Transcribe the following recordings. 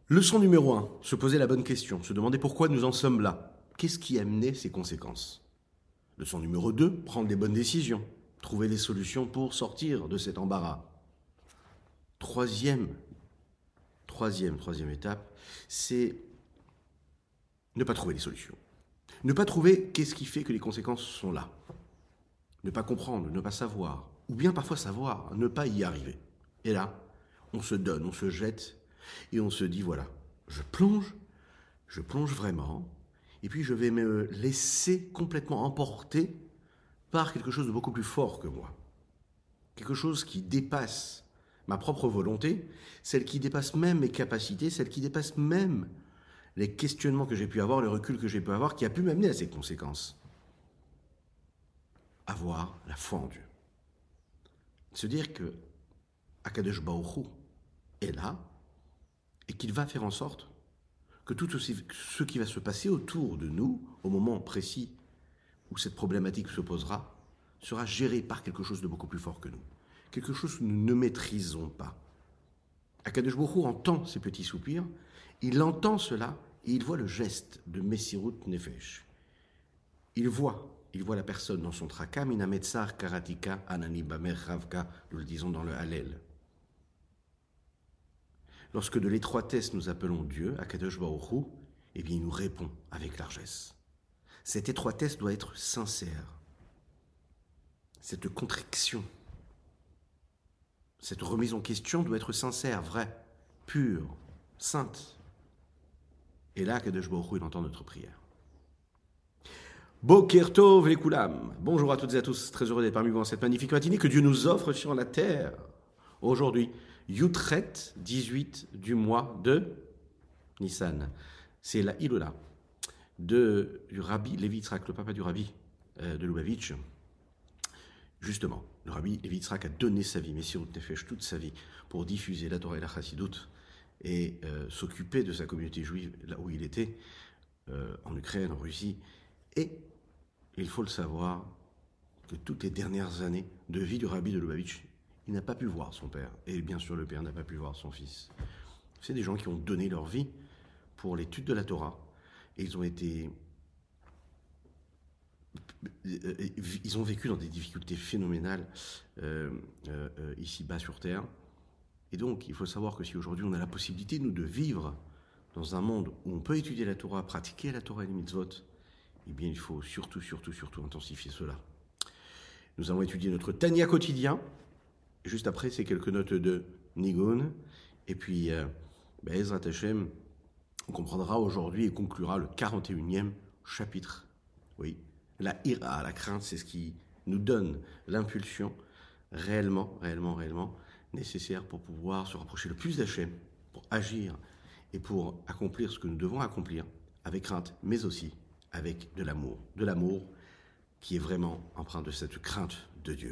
Leçon numéro 1, se poser la bonne question, se demander pourquoi nous en sommes là. Qu'est-ce qui a amené ces conséquences? Leçon numéro 2, prendre les bonnes décisions, trouver des solutions pour sortir de cet embarras. Troisième étape, c'est ne pas trouver les solutions. Ne pas trouver qu'est-ce qui fait que les conséquences sont là. Ne pas comprendre, ne pas savoir, ou bien parfois savoir, ne pas y arriver. Et là, on se donne, on se jette, et on se dit, voilà, je plonge vraiment, et puis je vais me laisser complètement emporter par quelque chose de beaucoup plus fort que moi. Quelque chose qui dépasse ma propre volonté, celle qui dépasse même mes capacités, celle qui dépasse même les questionnements que j'ai pu avoir, le recul que j'ai pu avoir, qui a pu m'amener à ces conséquences. Avoir la foi en Dieu. Se dire que Akadosh Baruch Hu est là et qu'il va faire en sorte que tout ce qui va se passer autour de nous, au moment précis où cette problématique se posera, sera géré par quelque chose de beaucoup plus fort que nous. Quelque chose que nous ne maîtrisons pas. Akadosh Baruch Hu entend ces petits soupirs, il entend cela et il voit le geste de Messirut Nefesh. Il voit la personne dans son tracas, Minametzar Karatika Anani Bamer Ravka, nous le disons dans le Hallel. Lorsque de l'étroitesse nous appelons Dieu, Akadosh Baruch Hu, eh bien il nous répond avec largesse. Cette étroitesse doit être sincère. Cette contriction, cette remise en question doit être sincère, vraie, pure, sainte. Et là, Akadosh Baruch Hu, il entend notre prière. Boker Tov Lekulam. Bonjour à toutes et à tous, très heureux d'être parmi vous en cette magnifique matinée que Dieu nous offre sur la terre. Aujourd'hui, Yutret, 18 du mois de Nissan. C'est la Ilola du Rabbi Levi Yitzhak, le papa du Rabbi de Lubavitch. Justement, le Rabbi Levi Yitzhak a donné sa vie, Messirut Nefesh, toute sa vie, pour diffuser la Torah et la Chassidut et s'occuper de sa communauté juive là où il était, en Ukraine, en Russie. Et il faut le savoir que toutes les dernières années de vie du Rabbi de Lubavitch, il n'a pas pu voir son père. Et bien sûr, le père n'a pas pu voir son fils. C'est des gens qui ont donné leur vie pour l'étude de la Torah. Et ils ont vécu dans des difficultés phénoménales ici-bas sur Terre. Et donc, il faut savoir que si aujourd'hui on a la possibilité, nous, de vivre dans un monde où on peut étudier la Torah, pratiquer la Torah et les mitzvot, eh bien, il faut surtout intensifier cela. Nous avons étudié notre Tania quotidien. Juste après, c'est quelques notes de Nigun. Et puis, Ezrat Hashem, on comprendra aujourd'hui et conclura le 41e chapitre. Oui, la ira, la crainte, c'est ce qui nous donne l'impulsion réellement nécessaire pour pouvoir se rapprocher le plus d'Hachem, pour agir et pour accomplir ce que nous devons accomplir avec crainte, mais aussi avec de l'amour qui est vraiment empreint de cette crainte de Dieu.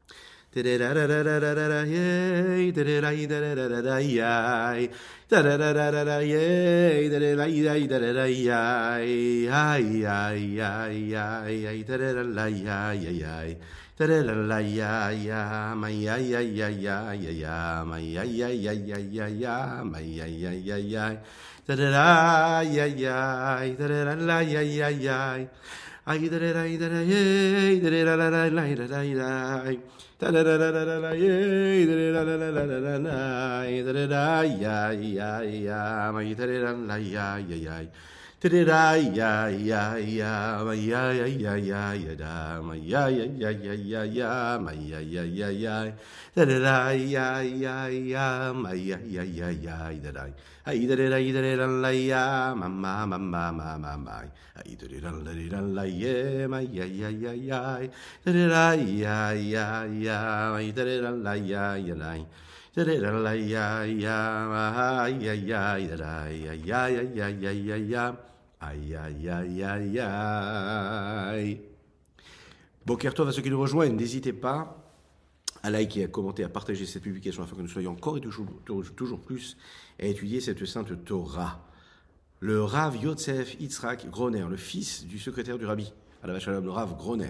Boker Tov à ceux qui nous rejoignent, n'hésitez pas à liker, à commenter, à partager cette publication afin que nous soyons encore et toujours plus à étudier cette sainte Torah. Le Rav Yosef Yitzhak Groner, le fils du secrétaire du Rabbi, Alav Shalom, le Rav Groner,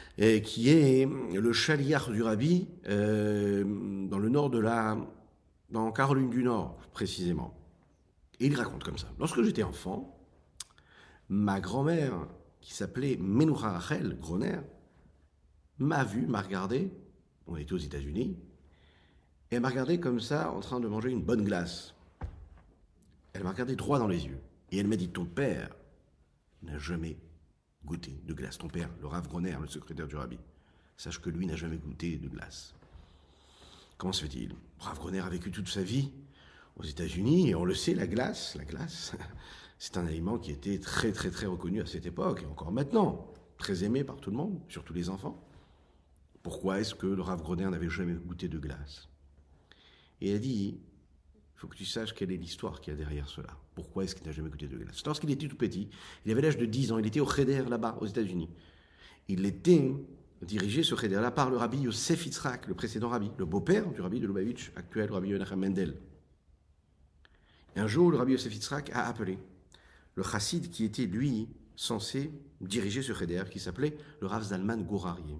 qui est le chaliar du Rabbi dans le nord de dans Caroline du Nord précisément. Et il raconte comme ça. Lorsque j'étais enfant, ma grand-mère, qui s'appelait Menucha Rachel Groner, m'a regardé, on était aux États-Unis, et elle m'a regardé comme ça en train de manger une bonne glace. Elle m'a regardé droit dans les yeux. Et elle m'a dit, ton père n'a jamais goûté de glace. Ton père, le Rav Groner, le secrétaire du Rabbi, sache que lui n'a jamais goûté de glace. Comment se fait-il? Rav Groner a vécu toute sa vie aux États-Unis, et on le sait, la glace, c'est un aliment qui était très très très reconnu à cette époque, et encore maintenant, très aimé par tout le monde, surtout les enfants. Pourquoi est-ce que le Rav Groner n'avait jamais goûté de glace? Et elle a dit, il faut que tu saches quelle est l'histoire qu'il y a derrière cela. Pourquoi est-ce qu'il n'a jamais goûté de glace? Lorsqu'il était tout petit, il avait l'âge de 10 ans, il était au Cheder là-bas, aux États-Unis. Il était dirigé, ce Cheder-là, par le Rabbi Yosef Yitzhak, le précédent Rabbi, le beau-père du Rabbi de Lubavitch, actuel Rabbi Yonacham Mendel. Et un jour, le Rabbi Yosef Yitzhak a appelé le chassid qui était, lui, censé diriger ce Cheder, qui s'appelait le Rav Zalman Gourarié.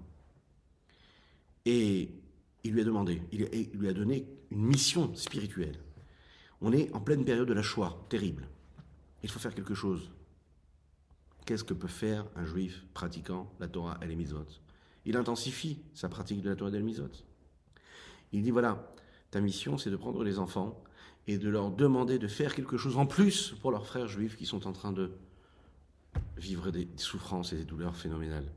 Et il lui a demandé, il lui a donné une mission spirituelle. On est en pleine période de la Shoah, terrible. Il faut faire quelque chose. Qu'est-ce que peut faire un juif pratiquant la Torah et les mitzvot? Il intensifie sa pratique de la Torah et des mitzvot. Il dit, voilà, ta mission, c'est de prendre les enfants et de leur demander de faire quelque chose en plus pour leurs frères juifs qui sont en train de vivre des souffrances et des douleurs phénoménales.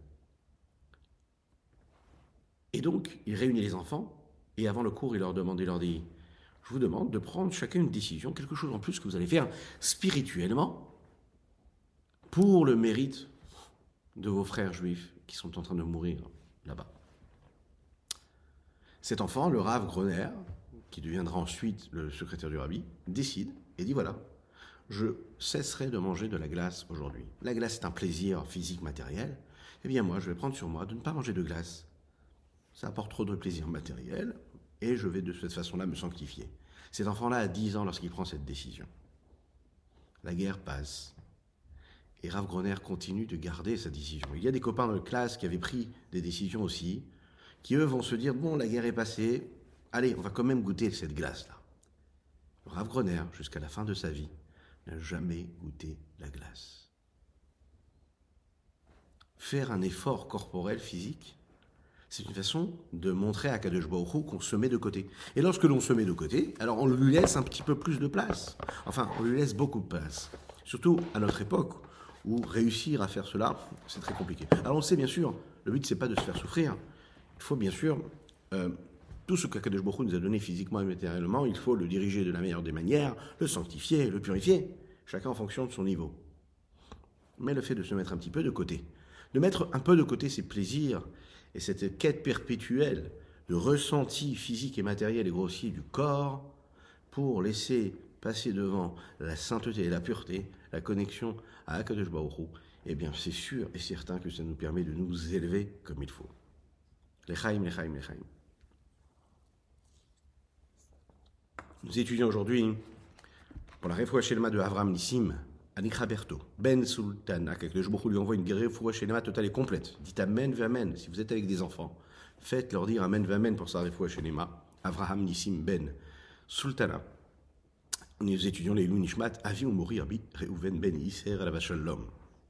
Et donc, il réunit les enfants, et avant le cours, il leur demande, il leur dit, je vous demande de prendre chacun une décision, quelque chose en plus que vous allez faire spirituellement pour le mérite de vos frères juifs qui sont en train de mourir là-bas. Cet enfant, le Rav Groner, qui deviendra ensuite le secrétaire du Rabbi, décide et dit, voilà, je cesserai de manger de la glace aujourd'hui. La glace est un plaisir physique, matériel. Eh bien moi, je vais prendre sur moi de ne pas manger de glace. Ça apporte trop de plaisir matériel, et je vais de cette façon-là me sanctifier. Cet enfant-là a 10 ans lorsqu'il prend cette décision. La guerre passe, et Rav Groner continue de garder sa décision. Il y a des copains dans la classe qui avaient pris des décisions aussi, qui eux vont se dire, bon, la guerre est passée, allez, on va quand même goûter cette glace-là. Rav Groner, jusqu'à la fin de sa vie, n'a jamais goûté la glace. Faire un effort corporel, physique, c'est une façon de montrer à Kadosh Baruch Hu qu'on se met de côté. Et lorsque l'on se met de côté, alors on lui laisse un petit peu plus de place. Enfin, on lui laisse beaucoup de place. Surtout à notre époque, où réussir à faire cela, c'est très compliqué. Alors on sait bien sûr, le but c'est pas de se faire souffrir. Il faut bien sûr, tout ce que Kadosh Baruch Hu nous a donné physiquement et matériellement, il faut le diriger de la meilleure des manières, le sanctifier, le purifier, chacun en fonction de son niveau. Mais le fait de se mettre un petit peu de côté, de mettre un peu de côté ses plaisirs, et cette quête perpétuelle de ressenti physique et matériel et grossier du corps pour laisser passer devant la sainteté et la pureté, la connexion à Akadosh Baruch Hu, eh bien c'est sûr et certain que ça nous permet de nous élever comme il faut. L'Echaim, l'Echaim, l'Echaim. Nous étudions aujourd'hui pour la Refoua Shelema de Avram Nissim, Anikra Berto, Ben Sultan, Akadosh Baruch Hu lui envoie une Refoua Shelema totale et complète. Dites Amen Vamen. Si vous êtes avec des enfants, faites-leur dire Amen Vamen pour sa Refoua Shelema. Avraham Nissim Ben Sultana. Nous étudions les Ilou Nishmat, Avi ou Mori Rabbi Reuven Ben Yisser Alav Shalom.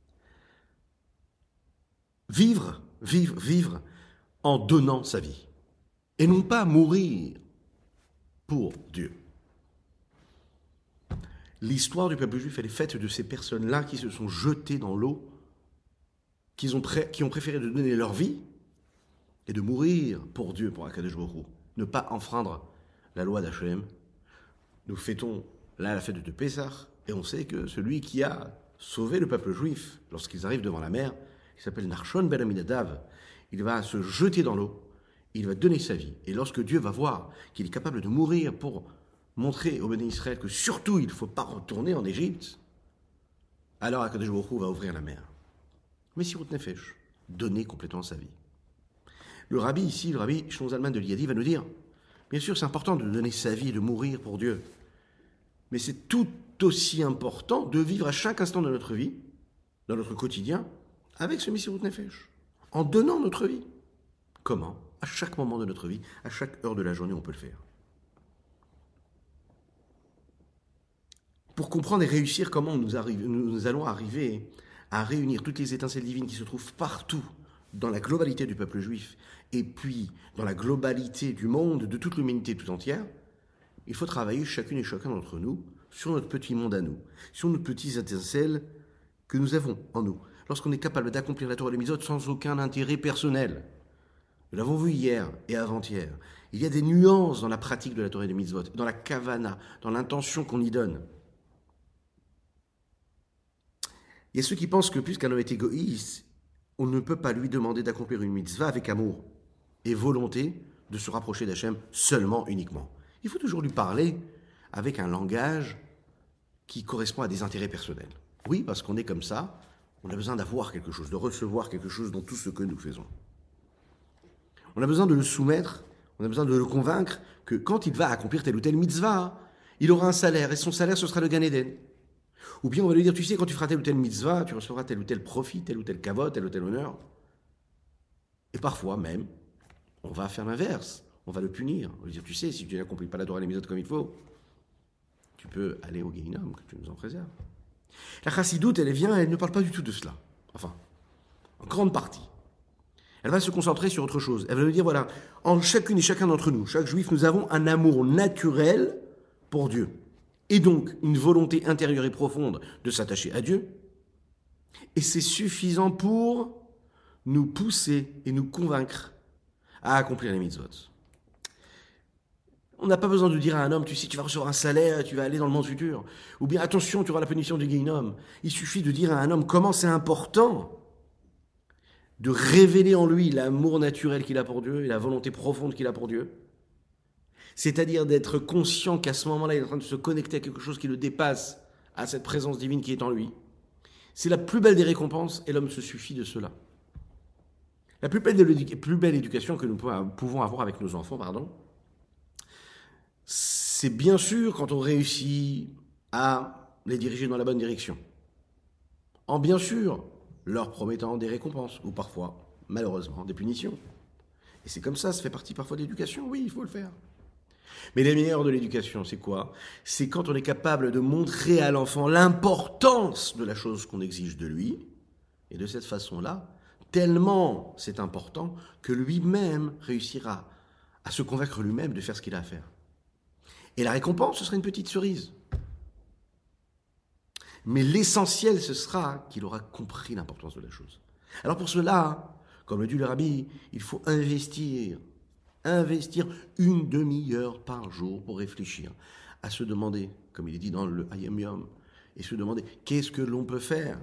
Vivre en donnant sa vie. Et non pas mourir pour Dieu. L'histoire du peuple juif, elle est faite de ces personnes-là qui se sont jetées dans l'eau, qui ont préféré de donner leur vie et de mourir pour Dieu, pour Akadosh Baruch Hu. Ne pas enfreindre la loi d'Hachem. Nous fêtons là la fête de Pessah, et on sait que celui qui a sauvé le peuple juif lorsqu'ils arrivent devant la mer, il s'appelle Nachshon ben Aminadav, il va se jeter dans l'eau, il va donner sa vie. Et lorsque Dieu va voir qu'il est capable de mourir pour montrer au Béné Israël que surtout il ne faut pas retourner en Égypte, alors Akadosh Baruch Hu va ouvrir la mer. Messirut Nefesh, donner complètement sa vie. Le rabbi ici, le rabbi Shlomo Zalman de Liadi va nous dire, bien sûr c'est important de donner sa vie, de mourir pour Dieu, mais c'est tout aussi important de vivre à chaque instant de notre vie, dans notre quotidien, avec ce Messirut Nefesh, en donnant notre vie. Comment? À chaque moment de notre vie, à chaque heure de la journée, on peut le faire. pour comprendre et réussir comment nous allons arriver à réunir toutes les étincelles divines qui se trouvent partout dans la globalité du peuple juif et puis dans la globalité du monde, de toute l'humanité tout entière, il faut travailler chacune et chacun d'entre nous sur notre petit monde à nous, sur nos petites étincelles que nous avons en nous. Lorsqu'on est capable d'accomplir la Torah et les mitzvot sans aucun intérêt personnel, nous l'avons vu hier et avant-hier, il y a des nuances dans la pratique de la Torah et des mitzvot, dans la kavana, dans l'intention qu'on y donne. Il y a ceux qui pensent que puisqu'un homme est égoïste, on ne peut pas lui demander d'accomplir une mitzvah avec amour et volonté de se rapprocher d'Hachem seulement, uniquement. Il faut toujours lui parler avec un langage qui correspond à des intérêts personnels. Oui, parce qu'on est comme ça, on a besoin d'avoir quelque chose, de recevoir quelque chose dans tout ce que nous faisons. On a besoin de le soumettre, on a besoin de le convaincre que quand il va accomplir telle ou telle mitzvah, il aura un salaire, et son salaire, ce sera le Gan Eden. Ou bien on va lui dire, tu sais, quand tu feras telle ou telle mitzvah, tu recevras tel ou tel profit, tel ou tel kavod, tel ou tel honneur. Et parfois même, on va faire l'inverse, on va le punir. On va lui dire, tu sais, si tu n'accomplis pas la Torah et les mitzvot comme il faut, tu peux aller au Gehinnom, que tu nous en préserves. La chassidoute, elle vient, elle ne parle pas du tout de cela. Enfin, en grande partie. Elle va se concentrer sur autre chose. Elle va nous dire, voilà, en chacune et chacun d'entre nous, chaque juif, nous avons un amour naturel pour Dieu. Et donc, une volonté intérieure et profonde de s'attacher à Dieu. Et c'est suffisant pour nous pousser et nous convaincre à accomplir les mitzvot. On n'a pas besoin de dire à un homme, tu sais, tu vas recevoir un salaire, tu vas aller dans le monde futur. Ou bien, attention, tu auras la punition du Gehinnom. Il suffit de dire à un homme comment c'est important de révéler en lui l'amour naturel qu'il a pour Dieu et la volonté profonde qu'il a pour Dieu. C'est-à-dire d'être conscient qu'à ce moment-là, il est en train de se connecter à quelque chose qui le dépasse, à cette présence divine qui est en lui. C'est la plus belle des récompenses et l'homme se suffit de cela. La plus belle éducation que nous pouvons avoir avec nos enfants, c'est bien sûr quand on réussit à les diriger dans la bonne direction. En bien sûr leur promettant des récompenses, ou parfois, malheureusement, des punitions. Et c'est comme ça fait partie parfois de l'éducation, oui, il faut le faire. Mais les meilleurs de l'éducation, c'est quoi? C'est quand on est capable de montrer à l'enfant l'importance de la chose qu'on exige de lui, et de cette façon-là, tellement c'est important que lui-même réussira à se convaincre lui-même de faire ce qu'il a à faire. Et la récompense, ce sera une petite cerise. Mais l'essentiel, ce sera qu'il aura compris l'importance de la chose. Alors pour cela, comme le dit le Rabbi, il faut investir une demi-heure par jour pour réfléchir, à se demander, comme il est dit dans le Hayom Yom, et se demander qu'est-ce que l'on peut faire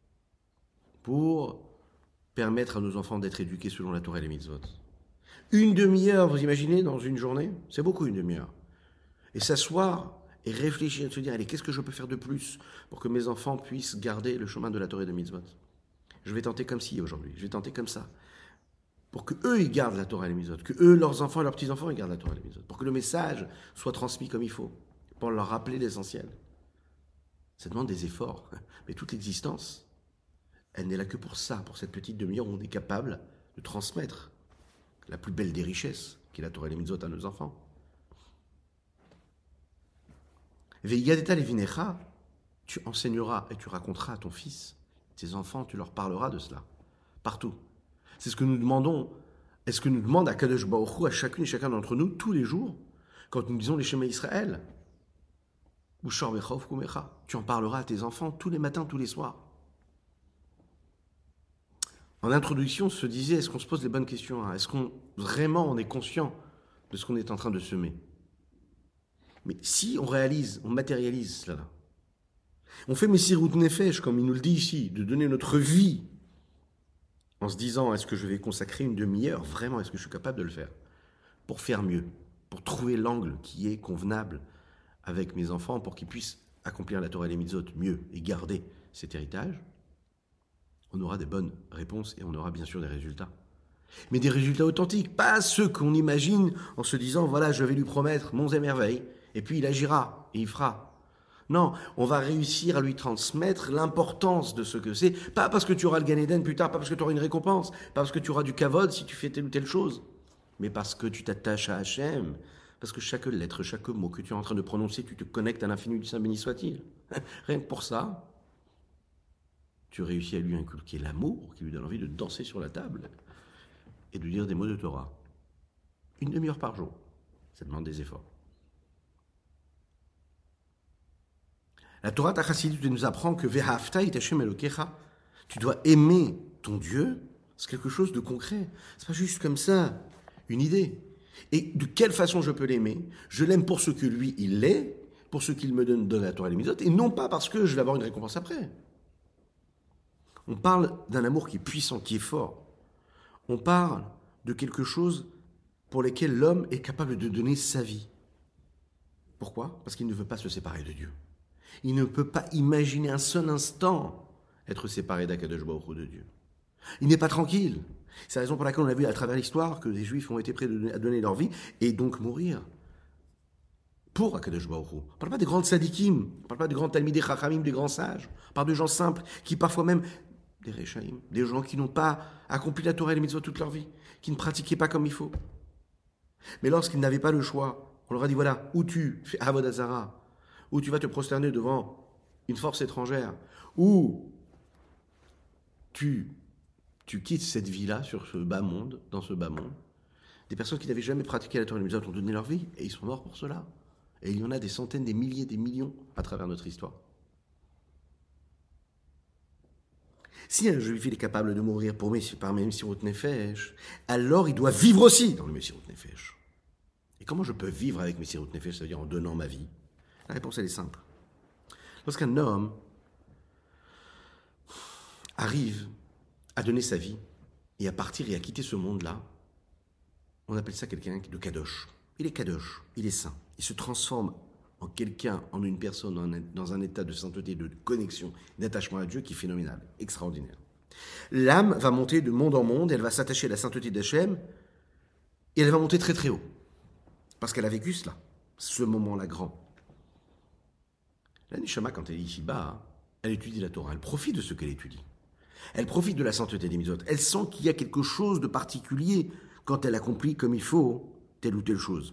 pour permettre à nos enfants d'être éduqués selon la Torah et les mitzvot. Une demi-heure, vous imaginez, dans une journée, c'est beaucoup une demi-heure. Et s'asseoir et réfléchir, et se dire, allez, qu'est-ce que je peux faire de plus pour que mes enfants puissent garder le chemin de la Torah et des mitzvot? Je vais tenter comme ci aujourd'hui, je vais tenter comme ça. Pour que eux ils gardent la Torah et les mitzvot, que eux, leurs enfants et leurs petits-enfants, ils gardent la Torah et les mitzvot, pour que le message soit transmis comme il faut, pour leur rappeler l'essentiel. Ça demande des efforts, mais toute l'existence, elle n'est là que pour ça, pour cette petite demi-heure où on est capable de transmettre la plus belle des richesses, qui est la Torah et les mitzvot à nos enfants. Ve'yadeta levinecha, tu enseigneras et tu raconteras à ton fils, tes enfants, tu leur parleras de cela, partout. C'est ce que nous demandons, est-ce que nous demande à Kadosh Baruch Hu, à chacune et chacun d'entre nous, tous les jours, quand nous disons les Shema Israël, tu en parleras à tes enfants tous les matins, tous les soirs. En introduction, on se disait, est-ce qu'on se pose les bonnes questions, hein? Est-ce qu'on vraiment on est conscient de ce qu'on est en train de semer? Mais si on réalise, on matérialise cela, on fait Messirut Nefesh, comme il nous le dit ici, de donner notre vie en se disant, est-ce que je vais consacrer une demi-heure, vraiment, est-ce que je suis capable de le faire, pour faire mieux, pour trouver l'angle qui est convenable avec mes enfants, pour qu'ils puissent accomplir la Torah et les mitzvot mieux et garder cet héritage, on aura des bonnes réponses et on aura bien sûr des résultats. Mais des résultats authentiques, pas ceux qu'on imagine en se disant, voilà, je vais lui promettre monts et merveilles, et puis il agira et il fera. Non, on va réussir à lui transmettre l'importance de ce que c'est, pas parce que tu auras le Gan Eden plus tard, pas parce que tu auras une récompense, pas parce que tu auras du kavod si tu fais telle ou telle chose, mais parce que tu t'attaches à Hachem, parce que chaque lettre, chaque mot que tu es en train de prononcer, tu te connectes à l'infini du Saint béni soit-il. Rien que pour ça, tu réussis à lui inculquer l'amour qui lui donne envie de danser sur la table et de dire des mots de Torah. 1/2 heure par jour. Ça demande des efforts. La Torah Tachassidut nous apprend que Ve'ahavta it Hashem Elokecha, tu dois aimer ton Dieu, c'est quelque chose de concret. C'est pas juste comme ça, une idée. Et de quelle façon je peux l'aimer? Je l'aime pour ce que lui, il est, pour ce qu'il me donne la Torah et les mitzvot, et non pas parce que je vais avoir une récompense après. On parle d'un amour qui est puissant, qui est fort. On parle de quelque chose pour lequel l'homme est capable de donner sa vie. Pourquoi? Parce qu'il ne veut pas se séparer de Dieu. Il ne peut pas imaginer un seul instant être séparé d'Akadosh Baruch Hu, de Dieu. Il n'est pas tranquille. C'est la raison pour laquelle on a vu à travers l'histoire que des Juifs ont été prêts à donner leur vie et donc mourir pour Akadosh Baruch Hu. On ne parle pas des grands tzadikim, on ne parle pas des grands talmidei chachamim, des grands sages. On parle de gens simples qui parfois même, des rechaïm, des gens qui n'ont pas accompli la Torah et les mitzvot toute leur vie, qui ne pratiquaient pas comme il faut. Mais lorsqu'ils n'avaient pas le choix, on leur a dit voilà, ou tu fais Avodah Zarah, ou tu vas te prosterner devant une force étrangère, ou tu quittes cette vie-là sur ce bas monde, dans ce bas monde. Des personnes qui n'avaient jamais pratiqué la Torah et les mitzvot ont donné leur vie et ils sont morts pour cela. Et il y en a des centaines, des milliers, des millions à travers notre histoire. Si un juif est capable de mourir par Messirut Nefesh, alors il doit vivre aussi dans le Messirut Nefesh. Et comment je peux vivre avec Messirut Nefesh, c'est-à-dire en donnant ma vie? La réponse, elle est simple. Lorsqu'un homme arrive à donner sa vie et à partir et à quitter ce monde-là, on appelle ça quelqu'un de kadosh. Il est kadosh, il est saint. Il se transforme en quelqu'un, en une personne, dans un état de sainteté, de connexion, d'attachement à Dieu qui est phénoménal, extraordinaire. L'âme va monter de monde en monde, elle va s'attacher à la sainteté d'Hachem et elle va monter très très haut. Parce qu'elle a vécu cela, ce moment-là grand. La Neshama, quand elle est ici-bas, elle étudie la Torah, elle profite de ce qu'elle étudie. Elle profite de la sainteté des mitzvot. Elle sent qu'il y a quelque chose de particulier quand elle accomplit comme il faut telle ou telle chose.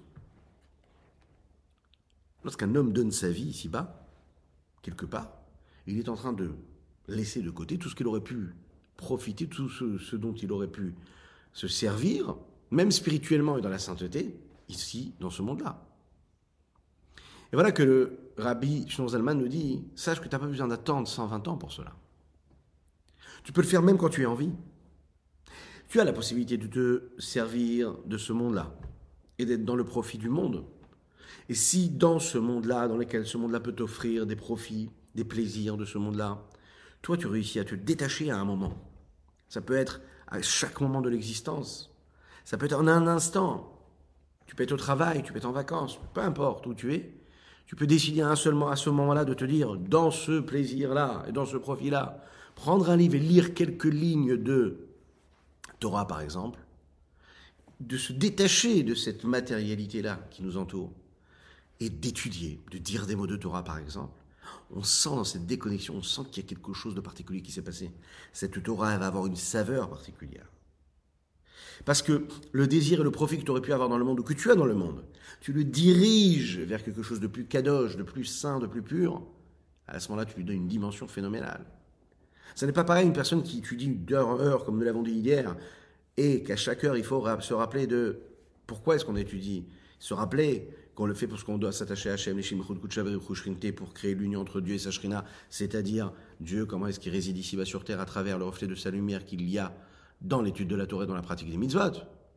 Lorsqu'un homme donne sa vie ici-bas, quelque part, il est en train de laisser de côté tout ce qu'il aurait pu profiter, tout ce dont il aurait pu se servir, même spirituellement et dans la sainteté, ici, dans ce monde-là. Et voilà que le Rabbi Shlomo Zalman nous dit, sache que tu n'as pas besoin d'attendre 120 ans pour cela. Tu peux le faire même quand tu es en vie. Tu as la possibilité de te servir de ce monde-là et d'être dans le profit du monde. Et si dans ce monde-là, dans lequel ce monde-là peut t'offrir des profits, des plaisirs de ce monde-là, toi tu réussis à te détacher à un moment. Ça peut être à chaque moment de l'existence. Ça peut être en un instant. Tu peux être au travail, tu peux être en vacances, peu importe où tu es. Tu peux décider à ce moment-là de te dire, dans ce plaisir-là et dans ce profit-là, prendre un livre et lire quelques lignes de Torah, par exemple, de se détacher de cette matérialité-là qui nous entoure et d'étudier, de dire des mots de Torah, par exemple. On sent dans cette déconnexion, on sent qu'il y a quelque chose de particulier qui s'est passé. Cette Torah, elle va avoir une saveur particulière. Parce que le désir et le profit que tu aurais pu avoir dans le monde, ou que tu as dans le monde, tu le diriges vers quelque chose de plus kadosh, de plus saint, de plus pur. À ce moment-là, tu lui donnes une dimension phénoménale. Ce n'est pas pareil une personne qui étudie d'heure en heure, comme nous l'avons dit hier, et qu'à chaque heure, il faut se rappeler de pourquoi est-ce qu'on étudie. Se rappeler qu'on le fait parce qu'on doit s'attacher à Hachem, pour créer l'union entre Dieu et sa Shrina, c'est-à-dire Dieu, comment est-ce qu'il réside ici-bas sur terre à travers le reflet de sa lumière qu'il y a dans l'étude de la Torah et dans la pratique des mitzvot.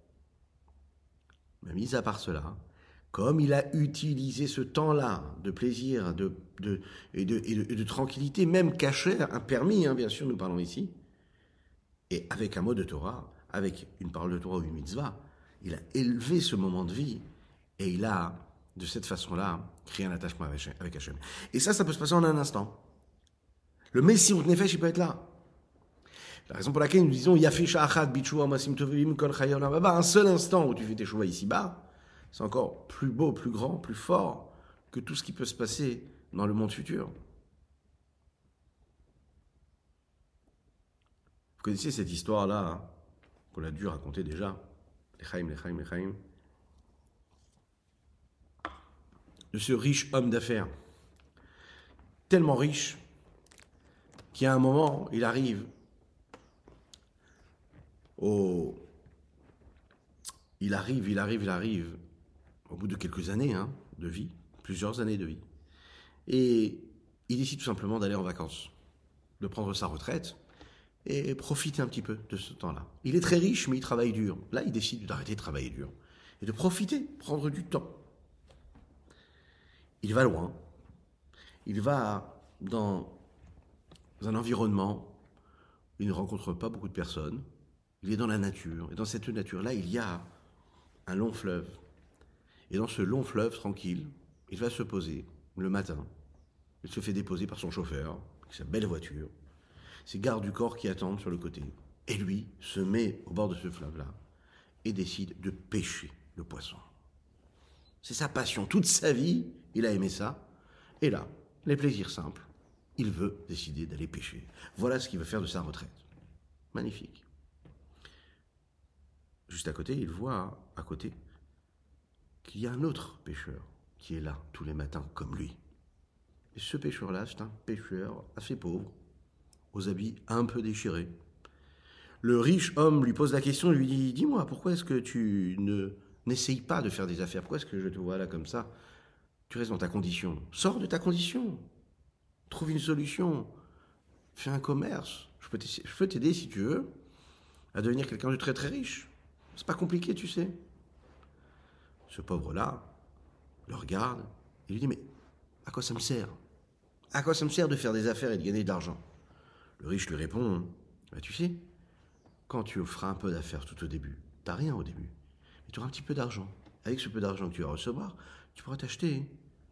Mais mis à part cela, comme il a utilisé ce temps-là de plaisir et de tranquillité, même caché, un permis, bien sûr, nous parlons ici, et avec un mot de Torah, avec une parole de Torah ou une mitzvah, il a élevé ce moment de vie et il a, de cette façon-là, créé un attachement avec Hachem. Et ça peut se passer en un instant. Le Messirut Nefesh, il peut être là. La raison pour laquelle nous disons Yafisha Achat Bichua Masim Tovim Kol Chayon Ababa, un seul instant où tu fais tes choix ici-bas, c'est encore plus beau, plus grand, plus fort que tout ce qui peut se passer dans le monde futur. Vous connaissez cette histoire-là qu'on a dû raconter déjà, Lechaim, de ce riche homme d'affaires tellement riche qu'à un moment, il arrive au... Il arrive, au bout de quelques années de vie, plusieurs années de vie, et il décide tout simplement d'aller en vacances, de prendre sa retraite et profiter un petit peu de ce temps-là. Il est très riche, mais il travaille dur. Là, il décide d'arrêter de travailler dur et de profiter, prendre du temps. Il va loin, il va dans un environnement où il ne rencontre pas beaucoup de personnes, il est dans la nature, et dans cette nature-là, il y a un long fleuve. Et dans ce long fleuve tranquille, il va se poser le matin. Il se fait déposer par son chauffeur, avec sa belle voiture, ses gardes du corps qui attendent sur le côté. Et lui se met au bord de ce fleuve-là et décide de pêcher le poisson. C'est sa passion. Toute sa vie, il a aimé ça. Et là, les plaisirs simples, il veut décider d'aller pêcher. Voilà ce qu'il veut faire de sa retraite. Magnifique. Juste à côté, il voit à côté qu'il y a un autre pêcheur qui est là tous les matins comme lui. Et ce pêcheur-là, c'est un pêcheur assez pauvre, aux habits un peu déchirés. Le riche homme lui pose la question, lui dit « Dis-moi, pourquoi est-ce que tu n'essayes pas de faire des affaires? Pourquoi est-ce que je te vois là comme ça? Tu restes dans ta condition. Sors de ta condition. Trouve une solution. Fais un commerce. Je peux t'aider si tu veux à devenir quelqu'un de très très riche. C'est pas compliqué, tu sais. » Ce pauvre-là le regarde et lui dit « Mais à quoi ça me sert? À quoi ça me sert de faire des affaires et de gagner de l'argent ?» Le riche lui répond « Bah, tu sais, quand tu feras un peu d'affaires tout au début, t'as rien au début, mais tu auras un petit peu d'argent. Avec ce peu d'argent que tu vas recevoir, tu pourras t'acheter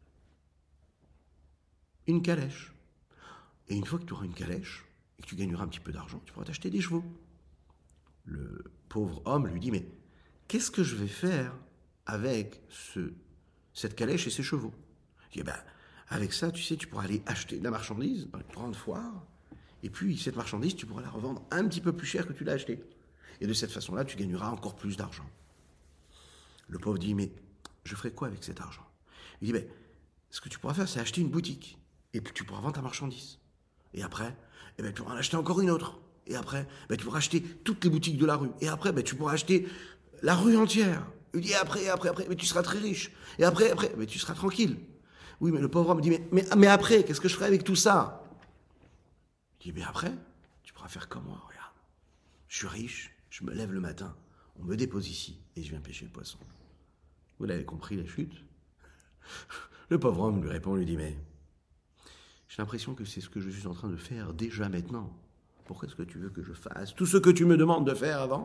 une calèche. Et une fois que tu auras une calèche et que tu gagneras un petit peu d'argent, tu pourras t'acheter des chevaux. » Le pauvre homme lui dit « Mais qu'est-ce que je vais faire avec cette calèche et ces chevaux ?» Il dit « Ben, avec ça, tu sais, tu pourras aller acheter de la marchandise dans les grandes foires. Et puis, cette marchandise, tu pourras la revendre un petit peu plus cher que tu l'as achetée. Et de cette façon-là, tu gagneras encore plus d'argent. » Le pauvre dit « Mais je ferai quoi avec cet argent ?» Il dit « Ben, ce que tu pourras faire, c'est acheter une boutique. Et puis, tu pourras vendre ta marchandise. Et après, eh ben, tu pourras en acheter encore une autre. Et après, ben, tu pourras acheter toutes les boutiques de la rue. Et après, ben, tu pourras acheter la rue entière. » Il dit « Après, mais tu seras très riche. Et après, mais tu seras tranquille. » Oui, mais le pauvre homme dit « Mais après, qu'est-ce que je ferai avec tout ça ?» Il dit « Mais après, tu pourras faire comme moi, regarde. Je suis riche, je me lève le matin, on me dépose ici et je viens pêcher le poisson. » Vous l'avez compris, la chute? Le pauvre homme lui répond, lui dit « Mais j'ai l'impression que c'est ce que je suis en train de faire déjà maintenant. Pourquoi est-ce que tu veux que je fasse tout ce que tu me demandes de faire avant ?»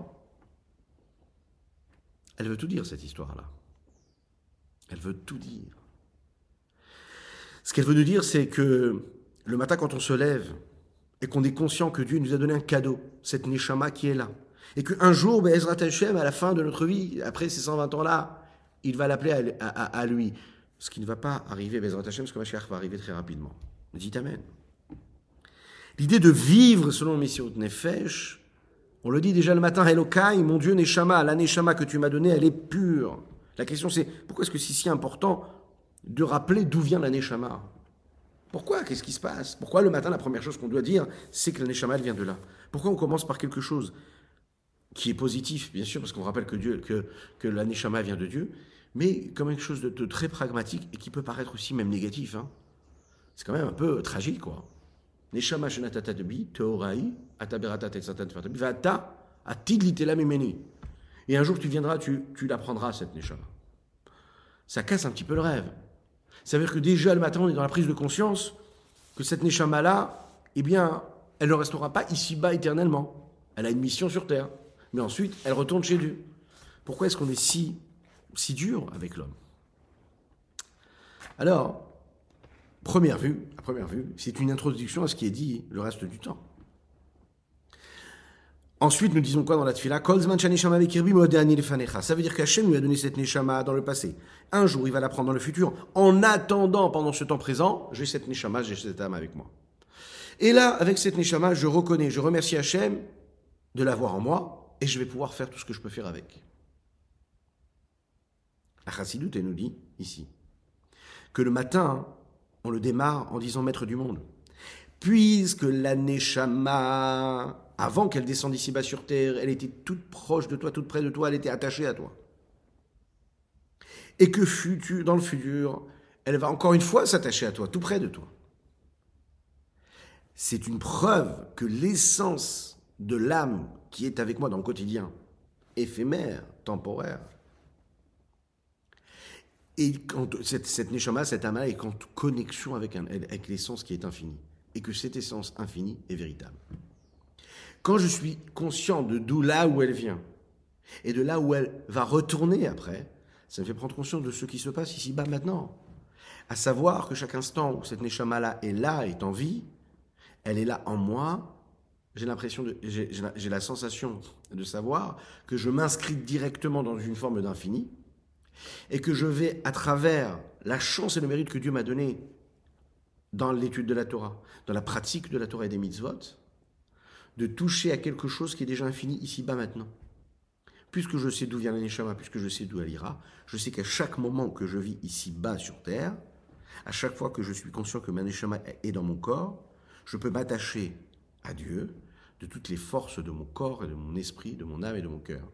Elle veut tout dire, cette histoire-là. Elle veut tout dire. Ce qu'elle veut nous dire, c'est que le matin, quand on se lève et qu'on est conscient que Dieu nous a donné un cadeau, cette Neshama qui est là, et qu'un jour, Ezrat Hashem, à la fin de notre vie, après ces 120 ans-là, il va l'appeler à lui. Ce qui ne va pas arriver, Ezrat Hashem, parce que Mashiach va arriver très rapidement. Dites Amen. L'idée de vivre selon le Messiot Nefesh, on le dit déjà le matin, Elokai, mon Dieu Neshama, la Neshama que tu m'as donnée, elle est pure. La question c'est, pourquoi est-ce que c'est si important de rappeler d'où vient la Neshama? Pourquoi? Qu'est-ce qui se passe? Pourquoi le matin, la première chose qu'on doit dire, c'est que la Neshama, elle vient de là? Pourquoi on commence par quelque chose qui est positif, bien sûr, parce qu'on rappelle que la Neshama vient de Dieu, mais comme quelque chose de très pragmatique et qui peut paraître aussi même négatif. C'est quand même un peu tragique, quoi. Neshama shenatata debi, teorai, ataberata tetsatan tfartabi, vata, atid litela mimeni. Et un jour, tu viendras, tu l'apprendras, cette Neshama. Ça casse un petit peu le rêve. Ça veut dire que déjà, le matin, on est dans la prise de conscience que cette Neshama-là, eh bien, elle ne restera pas ici-bas éternellement. Elle a une mission sur Terre. Mais ensuite, elle retourne chez Dieu. Pourquoi est-ce qu'on est si dur avec l'homme? Alors, à première vue, c'est une introduction à ce qui est dit le reste du temps. Ensuite, nous disons quoi dans la tefila? Ça veut dire qu'Hachem lui a donné cette neshama dans le passé. Un jour, il va la prendre dans le futur. En attendant, pendant ce temps présent, j'ai cette neshama, j'ai cette âme avec moi. Et là, avec cette neshama, je remercie Hachem de l'avoir en moi, et je vais pouvoir faire tout ce que je peux faire avec. La Chassidut, elle nous dit ici que le matin, on le démarre en disant maître du monde. Puisque la Neshama, avant qu'elle descende ici-bas sur terre, elle était toute proche de toi, toute près de toi, elle était attachée à toi. Et que dans le futur, elle va encore une fois s'attacher à toi, tout près de toi. C'est une preuve que l'essence de l'âme qui est avec moi dans le quotidien, éphémère, temporaire, et quand cette neshama, cette âme est en connexion avec l'essence qui est infinie, et que cette essence infinie est véritable. Quand je suis conscient de d'où là où elle vient, et de là où elle va retourner après, ça me fait prendre conscience de ce qui se passe ici-bas maintenant. À savoir que chaque instant où cette neshama-là, est en vie, elle est là en moi, j'ai la sensation de savoir que je m'inscris directement dans une forme d'infini, et que je vais, à travers la chance et le mérite que Dieu m'a donné dans l'étude de la Torah, dans la pratique de la Torah et des mitzvot, de toucher à quelque chose qui est déjà infini ici-bas maintenant. Puisque je sais d'où vient la neshama, puisque je sais d'où elle ira, je sais qu'à chaque moment que je vis ici-bas sur terre, à chaque fois que je suis conscient que ma neshama est dans mon corps, je peux m'attacher à Dieu de toutes les forces de mon corps et de mon esprit, de mon âme et de mon cœur.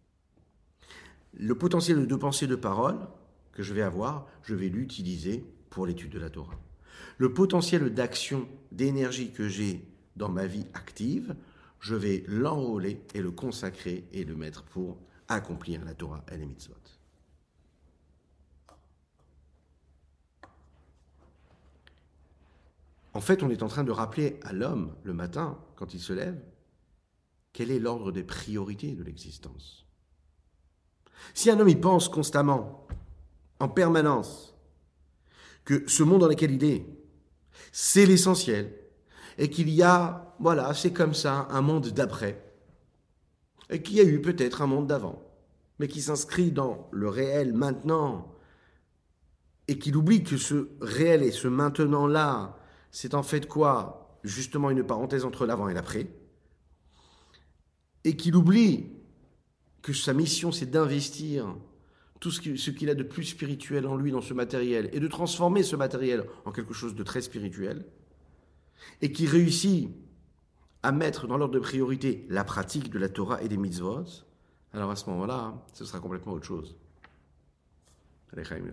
Le potentiel de pensée, de parole que je vais avoir, je vais l'utiliser pour l'étude de la Torah. Le potentiel d'action, d'énergie que j'ai dans ma vie active, je vais l'enrôler et le consacrer et le mettre pour accomplir la Torah et les mitzvot. En fait, on est en train de rappeler à l'homme, le matin, quand il se lève, quel est l'ordre des priorités de l'existence. Si un homme y pense constamment, en permanence, que ce monde dans lequel il est, c'est l'essentiel, et qu'il y a, voilà, c'est comme ça, un monde d'après, et qu'il y a eu peut-être un monde d'avant, mais qui s'inscrit dans le réel maintenant, et qu'il oublie que ce réel et ce maintenant-là, c'est en fait quoi? Justement une parenthèse entre l'avant et l'après, et qu'il oublie que sa mission, c'est d'investir tout ce qu'il a de plus spirituel en lui, dans ce matériel, et de transformer ce matériel en quelque chose de très spirituel, et qui réussit à mettre dans l'ordre de priorité la pratique de la Torah et des mitzvot, alors à ce moment-là, ce sera complètement autre chose. Lechaim.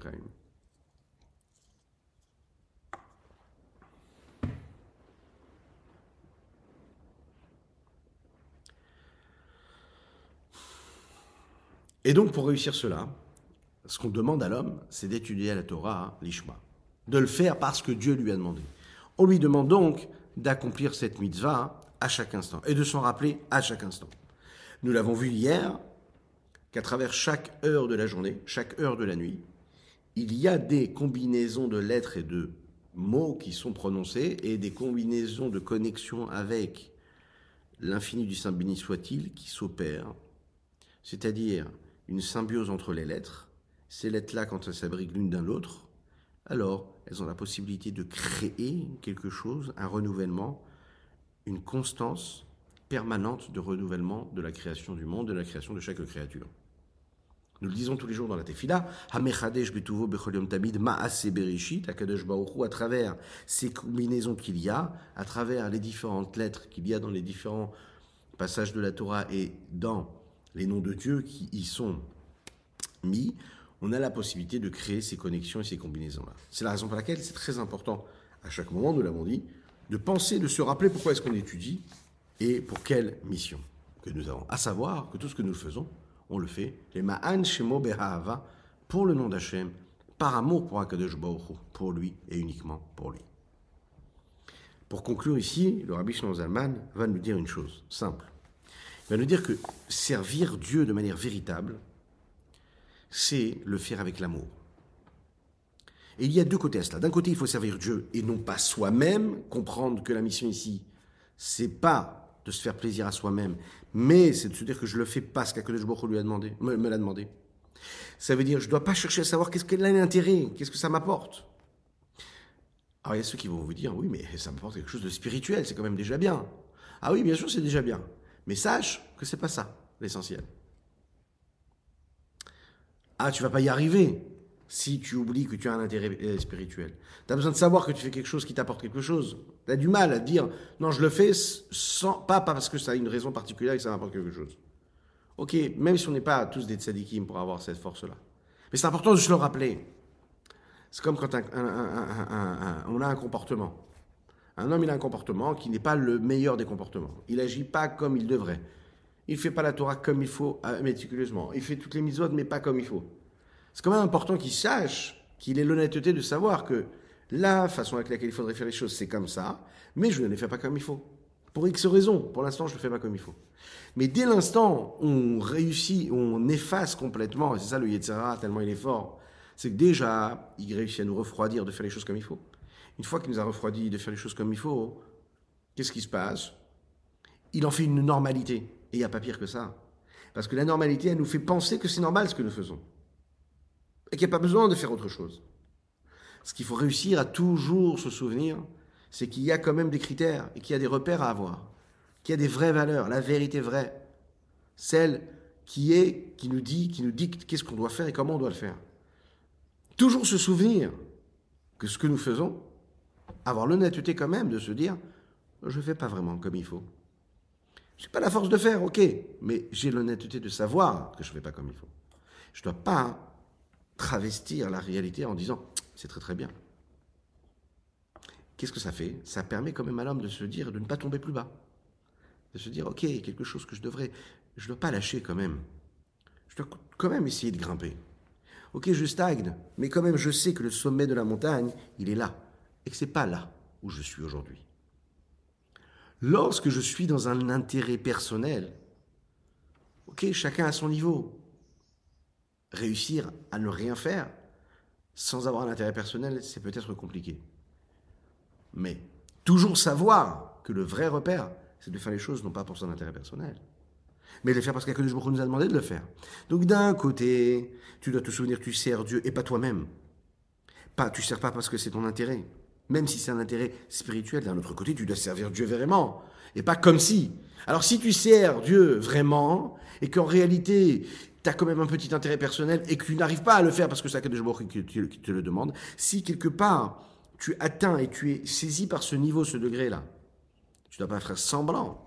Et donc, pour réussir cela, ce qu'on demande à l'homme, c'est d'étudier la Torah, l'Ishma. De le faire parce que Dieu lui a demandé. On lui demande donc d'accomplir cette mitzvah à chaque instant et de s'en rappeler à chaque instant. Nous l'avons vu hier, qu'à travers chaque heure de la journée, chaque heure de la nuit, il y a des combinaisons de lettres et de mots qui sont prononcés et des combinaisons de connexion avec l'infini du Saint béni soit-il qui s'opèrent, c'est-à-dire une symbiose entre les lettres. Ces lettres-là, quand elles s'abriquent l'une dans l'autre, alors elles ont la possibilité de créer quelque chose, un renouvellement, une constance permanente de renouvellement de la création du monde, de la création de chaque créature. Nous le disons tous les jours dans la Tefila, Hamechadesh betuvo bechol yom tamid ma'ase bereshit, Akadosh Baruch Hu, à travers ces combinaisons qu'il y a, à travers les différentes lettres qu'il y a dans les différents passages de la Torah et dans les noms de Dieu qui y sont mis, on a la possibilité de créer ces connexions et ces combinaisons-là. C'est la raison pour laquelle c'est très important, à chaque moment, nous l'avons dit, de penser, de se rappeler pourquoi est-ce qu'on étudie et pour quelle mission que nous avons. À savoir que tout ce que nous faisons, on le fait, les ma'an shemo beha'ava, pour le nom d'Hachem, par amour pour Akadosh Baruch Hu, pour lui et uniquement pour lui. Pour conclure ici, le Rabbi Shlomo Zalman va nous dire une chose simple. Il va nous dire que servir Dieu de manière véritable, c'est le faire avec l'amour. Et il y a deux côtés à cela. D'un côté, il faut servir Dieu et non pas soi-même, comprendre que la mission ici, c'est pas de se faire plaisir à soi-même, mais c'est de se dire que je le fais parce qu'Akadosh Baruch Hu lui a demandé, me l'a demandé. Ça veut dire, je ne dois pas chercher à savoir qu'est-ce qu'elle a l'intérêt, qu'est-ce que ça m'apporte. Alors il y a ceux qui vont vous dire, oui, mais ça m'apporte quelque chose de spirituel, c'est quand même déjà bien. Ah oui, bien sûr, c'est déjà bien. Mais sache que c'est pas ça, l'essentiel. Ah, tu vas pas y arriver. si tu oublies que tu as un intérêt spirituel. Tu as besoin de savoir que tu fais quelque chose qui t'apporte quelque chose. Tu as du mal à dire, non, je le fais pas parce que ça a une raison particulière et que ça m'apporte quelque chose. Ok, même si on n'est pas tous des tzadikim pour avoir cette force-là. Mais c'est important de se le rappeler. C'est comme quand on a un comportement. Un homme, il a un comportement qui n'est pas le meilleur des comportements. Il n'agit pas comme il devrait. Il ne fait pas la Torah comme il faut, méticuleusement. Il fait toutes les mitzvot, mais pas comme il faut. C'est quand même important qu'il sache, qu'il ait l'honnêteté de savoir que la façon avec laquelle il faudrait faire les choses, c'est comme ça, mais je ne les fais pas comme il faut. Pour X raisons. Pour l'instant, je ne le fais pas comme il faut. Mais dès l'instant où on réussit, où on efface complètement, et c'est ça le Yetzer Hara, tellement il est fort, c'est que déjà, il réussit à nous refroidir de faire les choses comme il faut. Une fois qu'il nous a refroidi de faire les choses comme il faut, qu'est-ce qui se passe? Il en fait une normalité. Et il n'y a pas pire que ça. Parce que la normalité, elle nous fait penser que c'est normal ce que nous faisons. Et qu'il n'y a pas besoin de faire autre chose. Ce qu'il faut réussir à toujours se souvenir, c'est qu'il y a quand même des critères et qu'il y a des repères à avoir. Qu'il y a des vraies valeurs, la vérité vraie. Celle qui nous dicte qu'est-ce qu'on doit faire et comment on doit le faire. Toujours se souvenir que ce que nous faisons, avoir l'honnêteté quand même de se dire, je ne fais pas vraiment comme il faut. Je n'ai pas la force de faire, ok, mais j'ai l'honnêteté de savoir que je ne fais pas comme il faut. Je ne dois pas travestir la réalité en disant, c'est très très bien. Qu'est-ce que ça fait? Ça permet quand même à l'homme de se dire, de ne pas tomber plus bas. De se dire, ok, quelque chose que je ne dois pas lâcher quand même. Je dois quand même essayer de grimper. Ok, je stagne, mais quand même je sais que le sommet de la montagne, il est là. Et que ce n'est pas là où je suis aujourd'hui. Lorsque je suis dans un intérêt personnel, ok, chacun à son niveau. Réussir à ne rien faire sans avoir un intérêt personnel, c'est peut-être compliqué. Mais toujours savoir que le vrai repère, c'est de faire les choses non pas pour son intérêt personnel, mais de les faire parce qu'Akadosh Baruch Hu nous a demandé de le faire. Donc d'un côté, tu dois te souvenir que tu sers Dieu et pas toi-même. Tu ne sers pas parce que c'est ton intérêt. Même si c'est un intérêt spirituel, d'un autre côté, tu dois servir Dieu vraiment. Et pas comme si. Alors si tu sers Dieu vraiment, et qu'en réalité, tu as quand même un petit intérêt personnel, et que tu n'arrives pas à le faire parce que c'est Akadosh Baruch Hu qui te le demande, si quelque part, tu atteins et tu es saisi par ce niveau, ce degré-là, tu ne dois pas faire semblant.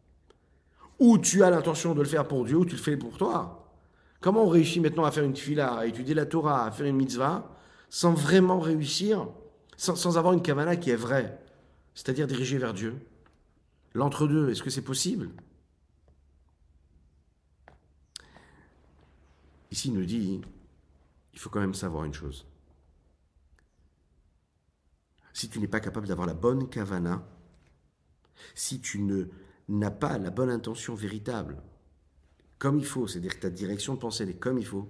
Ou tu as l'intention de le faire pour Dieu, ou tu le fais pour toi. Comment on réussit maintenant à faire une tefila, à étudier la Torah, à faire une mitzvah, sans vraiment réussir, sans avoir une kavana qui est vraie, c'est-à-dire dirigée vers Dieu? L'entre-deux, est-ce que c'est possible? Ici, il nous dit, il faut quand même savoir une chose. Si tu n'es pas capable d'avoir la bonne kavana, si tu n'as pas la bonne intention véritable, comme il faut, c'est-à-dire que ta direction de pensée est comme il faut,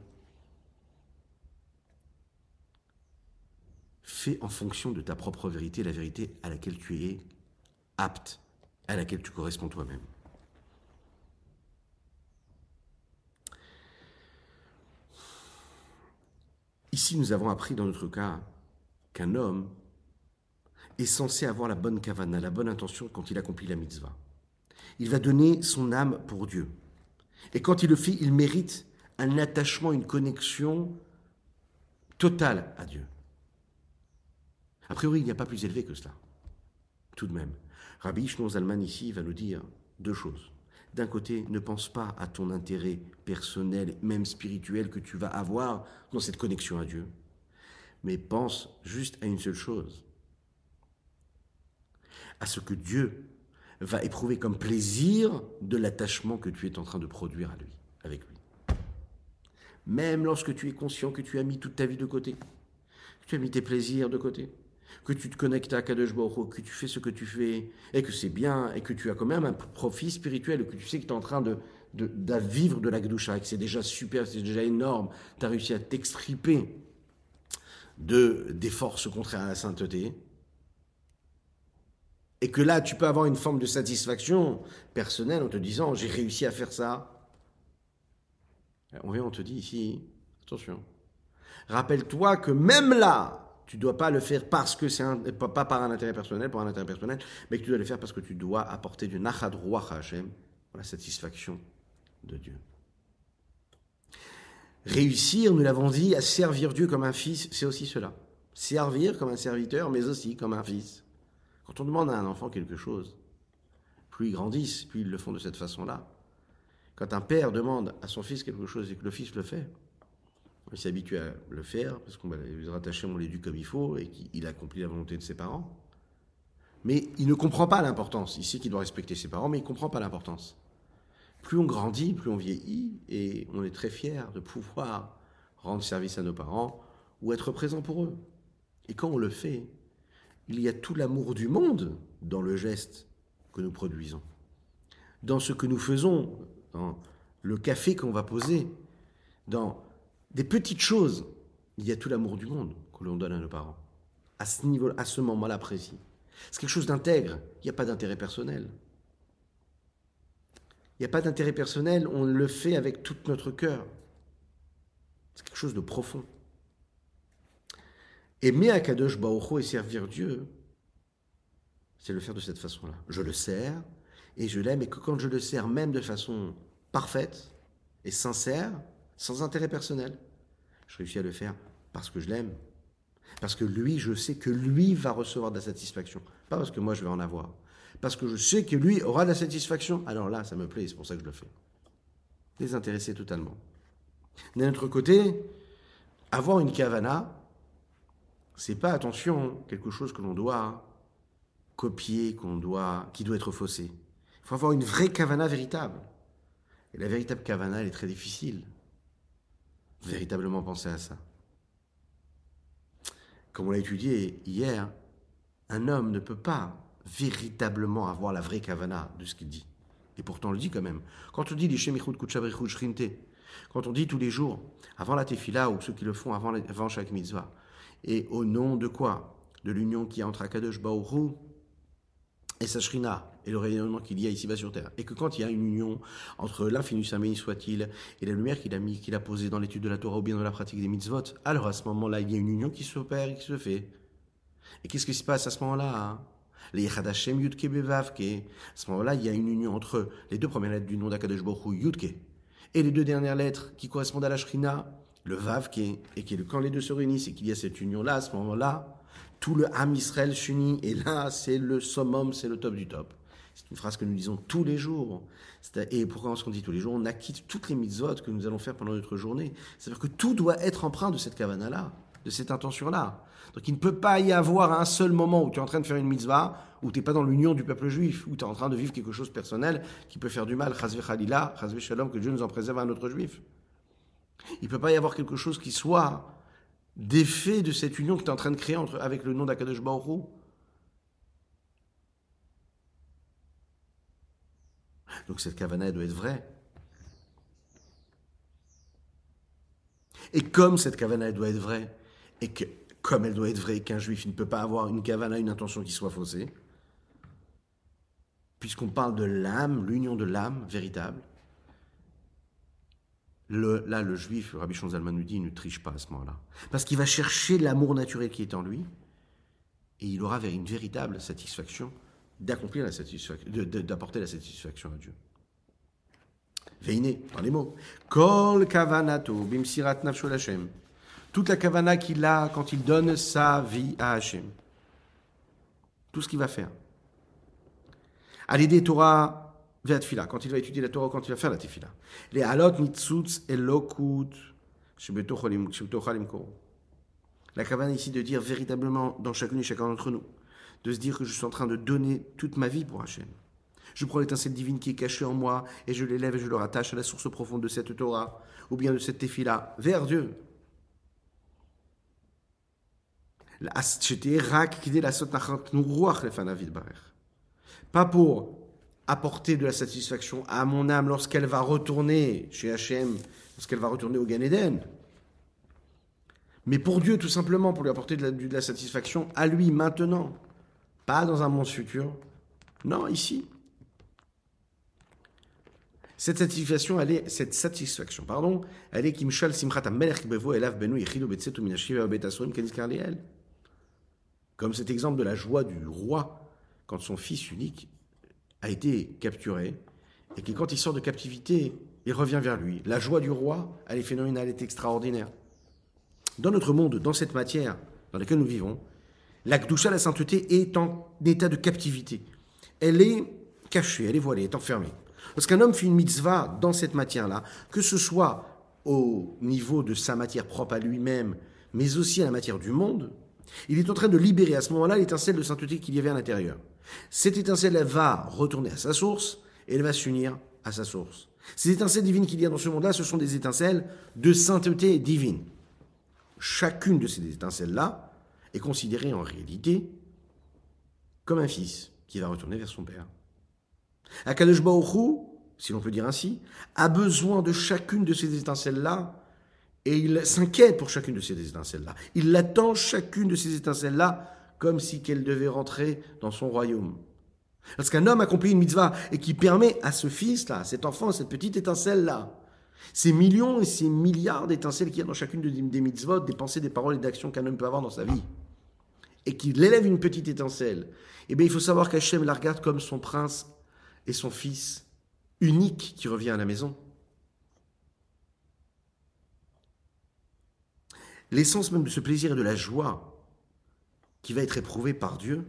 fais en fonction de ta propre vérité, la vérité à laquelle tu es apte, à laquelle tu corresponds toi-même. Ici, nous avons appris dans notre cas qu'un homme est censé avoir la bonne kavana, la bonne intention quand il accomplit la mitzvah. Il va donner son âme pour Dieu. Et quand il le fait, il mérite un attachement, une connexion totale à Dieu. A priori, il n'y a pas plus élevé que cela. Tout de même. Rabbi Shlomo Zalman ici va nous dire deux choses. D'un côté, ne pense pas à ton intérêt personnel, même spirituel, que tu vas avoir dans cette connexion à Dieu, mais pense juste à une seule chose, à ce que Dieu va éprouver comme plaisir de l'attachement que tu es en train de produire à lui, avec lui. Même lorsque tu es conscient que tu as mis toute ta vie de côté, que tu as mis tes plaisirs de côté, que tu te connectes à Kadosh Baruch Hu, que tu fais ce que tu fais, et que c'est bien, et que tu as quand même un profit spirituel, que tu sais que tu es en train de vivre de la Gdusha, et que c'est déjà super, c'est déjà énorme, tu as réussi à t'extriper des forces contraires à la sainteté, et que là, tu peux avoir une forme de satisfaction personnelle en te disant, j'ai réussi à faire ça. On te dit ici, attention, rappelle-toi que même là, tu ne dois pas le faire parce que pas par un intérêt personnel, mais que tu dois le faire parce que tu dois apporter du nachad ruach à Hashem, la satisfaction de Dieu. Réussir, nous l'avons dit, à servir Dieu comme un fils, c'est aussi cela. Servir comme un serviteur, mais aussi comme un fils. Quand on demande à un enfant quelque chose, plus ils grandissent, plus ils le font de cette façon-là. Quand un père demande à son fils quelque chose et que le fils le fait, il s'habitue à le faire parce qu'on va les rattacher, on l'éduque comme il faut et qu'il accomplit la volonté de ses parents. Mais il ne comprend pas l'importance. Il sait qu'il doit respecter ses parents, mais il ne comprend pas l'importance. Plus on grandit, plus on vieillit, et on est très fiers de pouvoir rendre service à nos parents ou être présent pour eux. Et quand on le fait, il y a tout l'amour du monde dans le geste que nous produisons, dans ce que nous faisons, dans le café qu'on va poser, dans des petites choses. Il y a tout l'amour du monde que l'on donne à nos parents, à ce niveau, à ce moment-là précis. C'est quelque chose d'intègre, il n'y a pas d'intérêt personnel. Il n'y a pas d'intérêt personnel, on le fait avec tout notre cœur. C'est quelque chose de profond. Aimer Akadosh Baruch Hu et servir Dieu, c'est le faire de cette façon-là. Je le sers et je l'aime, et que quand je le sers même de façon parfaite et sincère, sans intérêt personnel, je réussis à le faire parce que je l'aime. Parce que lui, je sais que lui va recevoir de la satisfaction. Pas parce que moi je vais en avoir. Parce que je sais que lui aura de la satisfaction. Alors là, ça me plaît, c'est pour ça que je le fais. Désintéressé totalement. D'un autre côté, avoir une kavana, c'est pas, attention, quelque chose que l'on doit copier, qui doit être faussé. Il faut avoir une vraie kavana véritable. Et la véritable kavana, elle est très difficile. Véritablement penser à ça. Comme on l'a étudié hier, un homme ne peut pas véritablement avoir la vraie kavana de ce qu'il dit. Et pourtant on le dit quand même. Quand on dit l'Ishem Ichud Kutshabrichud Shrinte, quand on dit tous les jours, avant la tefila, ou ceux qui le font avant chaque mitzvah, et au nom de quoi? De l'union qu'il y a entre Akadosh Baruch Hu et sa Shrina, et le rayonnement qu'il y a ici-bas sur terre. Et que quand il y a une union entre l'infini béni soit-il et la lumière qu'il a posée dans l'étude de la Torah ou bien dans la pratique des mitzvot, alors à ce moment-là, il y a une union qui s'opère et qui se fait. Et qu'est-ce qui se passe à ce moment-là? Les Yechad Yudke Bevavke. À ce moment-là, il y a une union entre les deux premières lettres du nom d'Akadosh Baruch Hu, Yudke, et les deux dernières lettres qui correspondent à la Shrina, le Vavke, et quand les deux se réunissent et qu'il y a cette union-là, à ce moment-là, tout le Ham Israël s'unit, et là, c'est le summum, c'est le top du top. C'est une phrase que nous disons tous les jours. Et pourquoi est-ce qu'on dit tous les jours? On acquitte toutes les mitzvot que nous allons faire pendant notre journée. C'est-à-dire que tout doit être empreint de cette kavana-là, de cette intention-là. Donc il ne peut pas y avoir un seul moment où tu es en train de faire une mitzvah, où tu n'es pas dans l'union du peuple juif, où tu es en train de vivre quelque chose de personnel qui peut faire du mal, chazve chalila, chazve shalom, que Dieu nous en préserve à notre juif. Il ne peut pas y avoir quelque chose qui soit d'effet de cette union que tu es en train de créer avec le nom d'Akadosh Baruch Hu. Donc cette kavana doit être vraie. Et comme cette kavana doit être vraie, et que comme elle doit être vraie, qu'un juif ne peut pas avoir une kavana, une intention qui soit faussée, puisqu'on parle de l'âme, l'union de l'âme véritable, là le juif, le Rabbi Shimon Zalman nous dit, il ne triche pas à ce moment-là. Parce qu'il va chercher l'amour naturel qui est en lui, et il aura une véritable satisfaction d'accomplir la satisfaction, d'apporter la satisfaction à Dieu. Veine, dans les mots. Kol kavanato bimsirat nafsho l'Hashem. Toute la kavana qu'il a quand il donne sa vie à Hachem. Tout ce qu'il va faire. À l'idée Torah ve'atfila, quand il va étudier la Torah, quand il va faire la tefila. Les halot nitzutz elokut shebetoch halimkor. La kavana ici de dire véritablement dans chacune et chacun d'entre nous, de se dire que je suis en train de donner toute ma vie pour Hachem. Je prends l'étincelle divine qui est cachée en moi et je l'élève et je le rattache à la source profonde de cette Torah ou bien de cette tefila vers Dieu. Pas pour apporter de la satisfaction à mon âme lorsqu'elle va retourner chez Hachem, lorsqu'elle va retourner au Gan Eden, mais pour Dieu tout simplement, pour lui apporter de la satisfaction à lui maintenant, pas dans un monde futur, non, ici. Cette satisfaction, elle est Kimshal Simchat HaMelech Bevo Elav Benu Yechilu Betzetu Min HaShiva Betasurim Keniskar Liel. Comme cet exemple de la joie du roi quand son fils unique a été capturé et que quand il sort de captivité, il revient vers lui. La joie du roi, elle est phénoménale, elle est extraordinaire. Dans notre monde, dans cette matière dans laquelle nous vivons, la Kedusha, la sainteté, est en état de captivité. Elle est cachée, elle est voilée, elle est enfermée. Lorsqu'un homme fait une mitzvah dans cette matière-là, que ce soit au niveau de sa matière propre à lui-même, mais aussi à la matière du monde, il est en train de libérer à ce moment-là l'étincelle de sainteté qu'il y avait à l'intérieur. Cette étincelle, elle va retourner à sa source et elle va s'unir à sa source. Ces étincelles divines qu'il y a dans ce monde-là, ce sont des étincelles de sainteté divine. Chacune de ces étincelles-là est considérée en réalité comme un fils qui va retourner vers son père. Akadosh Baruch Hu, si l'on peut dire ainsi, a besoin de chacune de ces étincelles-là et il s'inquiète pour chacune de ces étincelles-là. Il attend chacune de ces étincelles-là comme si qu'elle devait rentrer dans son royaume. Parce qu'un homme accomplit une mitzvah et qui permet à ce fils-là, à cet enfant, à cette petite étincelle-là, ces millions et ces milliards d'étincelles qu'il y a dans chacune des mitzvot, des pensées, des paroles et d'actions qu'un homme peut avoir dans sa vie, et qu'il élève une petite étincelle, eh bien il faut savoir qu'Hachem la regarde comme son prince et son fils unique qui revient à la maison. L'essence même de ce plaisir et de la joie qui va être éprouvé par Dieu,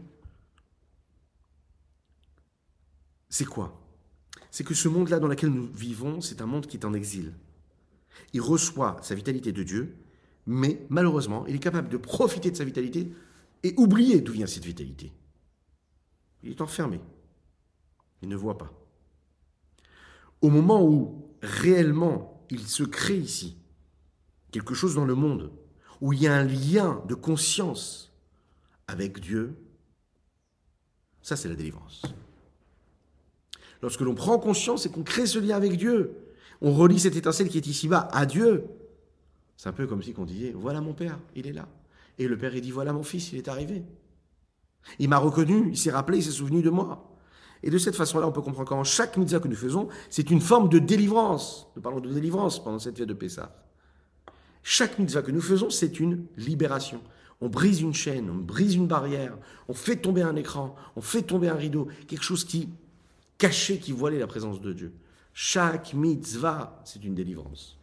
c'est quoi ? C'est que ce monde-là dans lequel nous vivons, c'est un monde qui est en exil. Il reçoit sa vitalité de Dieu, mais malheureusement, il est capable de profiter de sa vitalité et oublier d'où vient cette vitalité. Il est enfermé. Il ne voit pas. Au moment où réellement il se crée ici quelque chose dans le monde, où il y a un lien de conscience avec Dieu, ça c'est la délivrance. Lorsque l'on prend conscience et qu'on crée ce lien avec Dieu, on relie cette étincelle qui est ici-bas à Dieu. C'est un peu comme si on disait, voilà mon père, il est là. Et le père, il dit, voilà mon fils, il est arrivé. Il m'a reconnu, il s'est rappelé, il s'est souvenu de moi. Et de cette façon-là, on peut comprendre qu'en chaque mitzvah que nous faisons, c'est une forme de délivrance. Nous parlons de délivrance pendant cette fête de Pessah. Chaque mitzvah que nous faisons, c'est une libération. On brise une chaîne, on brise une barrière, on fait tomber un écran, on fait tomber un rideau, quelque chose qui cachait, qui voilait la présence de Dieu. Chaque mitzvah, c'est une délivrance.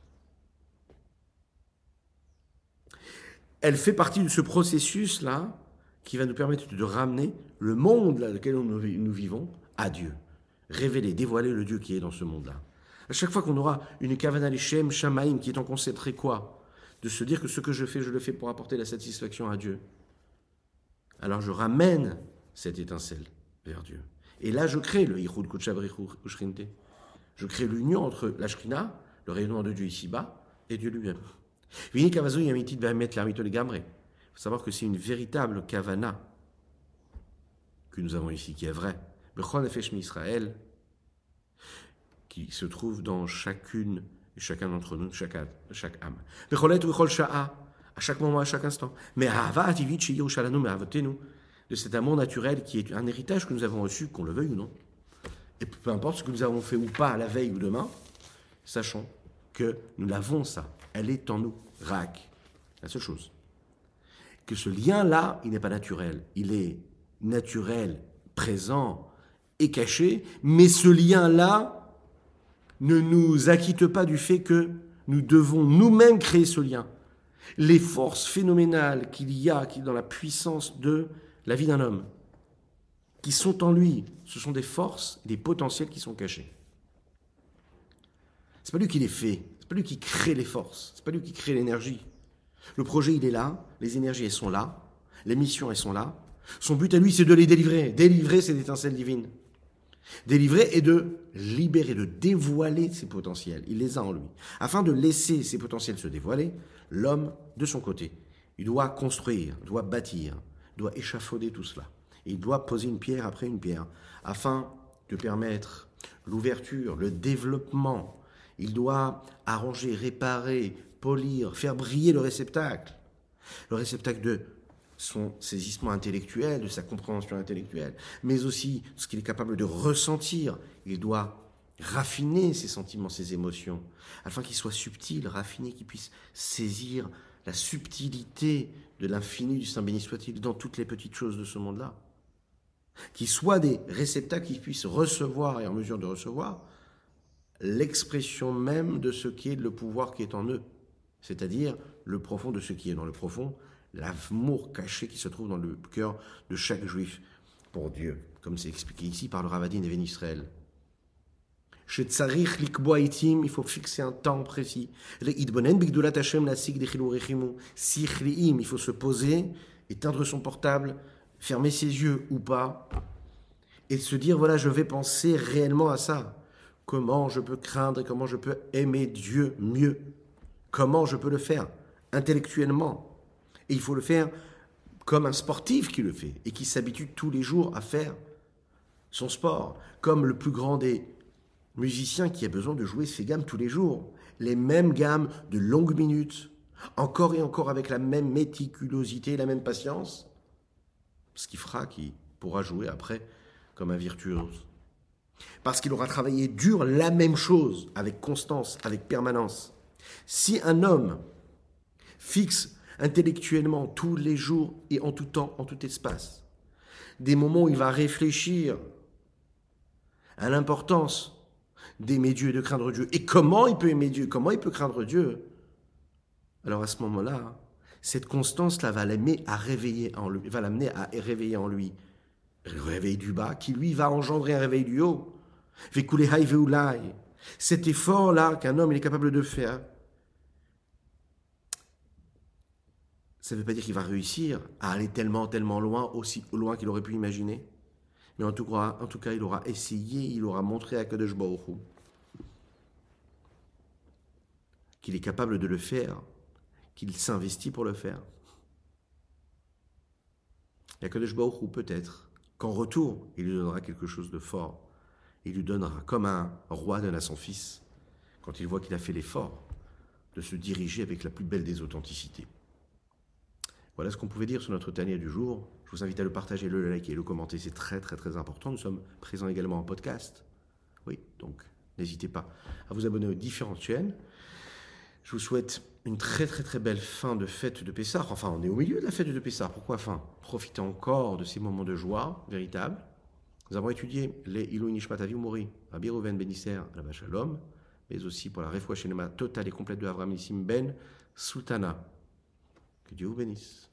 Elle fait partie de ce processus-là qui va nous permettre de ramener le monde dans lequel nous vivons à Dieu. Révéler, dévoiler le Dieu qui est dans ce monde-là. À chaque fois qu'on aura une Kavanah Leshem Shamaim qui est en concentré quoi ? De se dire que ce que je le fais pour apporter la satisfaction à Dieu. Alors je ramène cette étincelle vers Dieu. Et là je crée le Yichud Kudshav Ushrinte. Je crée l'union entre la Shrina, le rayonnement de Dieu ici-bas, et Dieu lui-même. Il faut savoir que c'est une véritable kavana que nous avons ici, qui est vraie. Bechol Nefesh Israël, qui se trouve dans chacune et chacun d'entre nous, chaque âme. Becholet ou bechol sha'a, à chaque moment, à chaque instant. Mais ahava ativit sheyir shalanu me'avatenu, de cet amour naturel qui est un héritage que nous avons reçu, qu'on le veuille ou non. Et peu importe ce que nous avons fait ou pas, la veille ou demain, sachons que nous l'avons ça. Elle est en nous. Rak. La seule chose. Que ce lien-là, il n'est pas naturel. Il est naturel, présent et caché, mais ce lien-là ne nous acquitte pas du fait que nous devons nous-mêmes créer ce lien. Les forces phénoménales qu'il y a dans la puissance de la vie d'un homme, qui sont en lui, ce sont des forces, des potentiels qui sont cachés. C'est pas lui qui les fait, c'est pas lui qui crée les forces, c'est pas lui qui crée l'énergie. Le projet, il est là, les énergies, elles sont là, les missions, elles sont là. Son but à lui, c'est de les délivrer. Délivrer ces étincelles divines. Délivrer et de libérer, de dévoiler ses potentiels. Il les a en lui. Afin de laisser ses potentiels se dévoiler, l'homme, de son côté, il doit construire, doit bâtir, doit échafauder tout cela. Et il doit poser une pierre après une pierre, afin de permettre l'ouverture, le développement. Il doit arranger, réparer, polir, faire briller le réceptacle de son saisissement intellectuel, de sa compréhension intellectuelle, mais aussi ce qu'il est capable de ressentir. Il doit raffiner ses sentiments, ses émotions, afin qu'il soit subtil, raffiné, qu'il puisse saisir la subtilité de l'infini du Saint béni soit-il dans toutes les petites choses de ce monde-là. Qu'il soit des réceptacles qui puissent recevoir et en mesure de recevoir l'expression même de ce qui est le pouvoir qui est en eux, c'est-à-dire le profond de ce qui est dans le profond, l'amour caché qui se trouve dans le cœur de chaque juif pour Dieu, comme c'est expliqué ici par le Ravadin Even Israël. Chez Tzarich Likboa Itim, il faut fixer un temps précis. Le'idbonen bigdulat Hashem lasik dechilou rechimu. Sichliim, il faut se poser, éteindre son portable, fermer ses yeux ou pas, et se dire, voilà, je vais penser réellement à ça. Comment je peux craindre, comment je peux aimer Dieu mieux. Comment je peux le faire intellectuellement. Et il faut le faire comme un sportif qui le fait et qui s'habitue tous les jours à faire son sport, comme le plus grand des musiciens qui a besoin de jouer ses gammes tous les jours, les mêmes gammes de longues minutes, encore et encore avec la même méticulosité, la même patience, ce qui fera qu'il pourra jouer après comme un virtuose. Parce qu'il aura travaillé dur la même chose, avec constance, avec permanence. Si un homme fixe intellectuellement tous les jours et en tout temps, en tout espace, des moments où il va réfléchir à l'importance d'aimer Dieu et de craindre Dieu, et comment il peut aimer Dieu, comment il peut craindre Dieu, alors à ce moment-là, cette constance-là va l'amener à réveiller en lui, le réveil du bas, qui lui va engendrer un réveil du haut. Cet effort-là qu'un homme il est capable de faire, ça ne veut pas dire qu'il va réussir à aller tellement loin, aussi loin qu'il aurait pu imaginer. Mais en tout cas, il aura essayé, il aura montré à Kadosh Baruch Hu qu'il est capable de le faire, qu'il s'investit pour le faire. Et Kadosh Baruch Hu, peut-être qu'en retour, il lui donnera quelque chose de fort. Il lui donnera, comme un roi donne à son fils, quand il voit qu'il a fait l'effort de se diriger avec la plus belle des authenticités. Voilà ce qu'on pouvait dire sur notre Tania du jour. Je vous invite à le partager, le liker et le commenter, c'est très très très important. Nous sommes présents également en podcast. Oui, donc n'hésitez pas à vous abonner aux différentes chaînes. Je vous souhaite une très très très belle fin de fête de Pessah. Enfin, on est au milieu de la fête de Pessah. Pourquoi fin? Profitez encore de ces moments de joie véritables. Nous avons étudié les Ilou Nishmat Avi Mori, Rabbi Reuven Ben Isser, Rabbi Shalom, mais aussi pour la Refoua Shenema totale et complète de Avraham Nissim Ben Sultana. Que Dieu vous bénisse.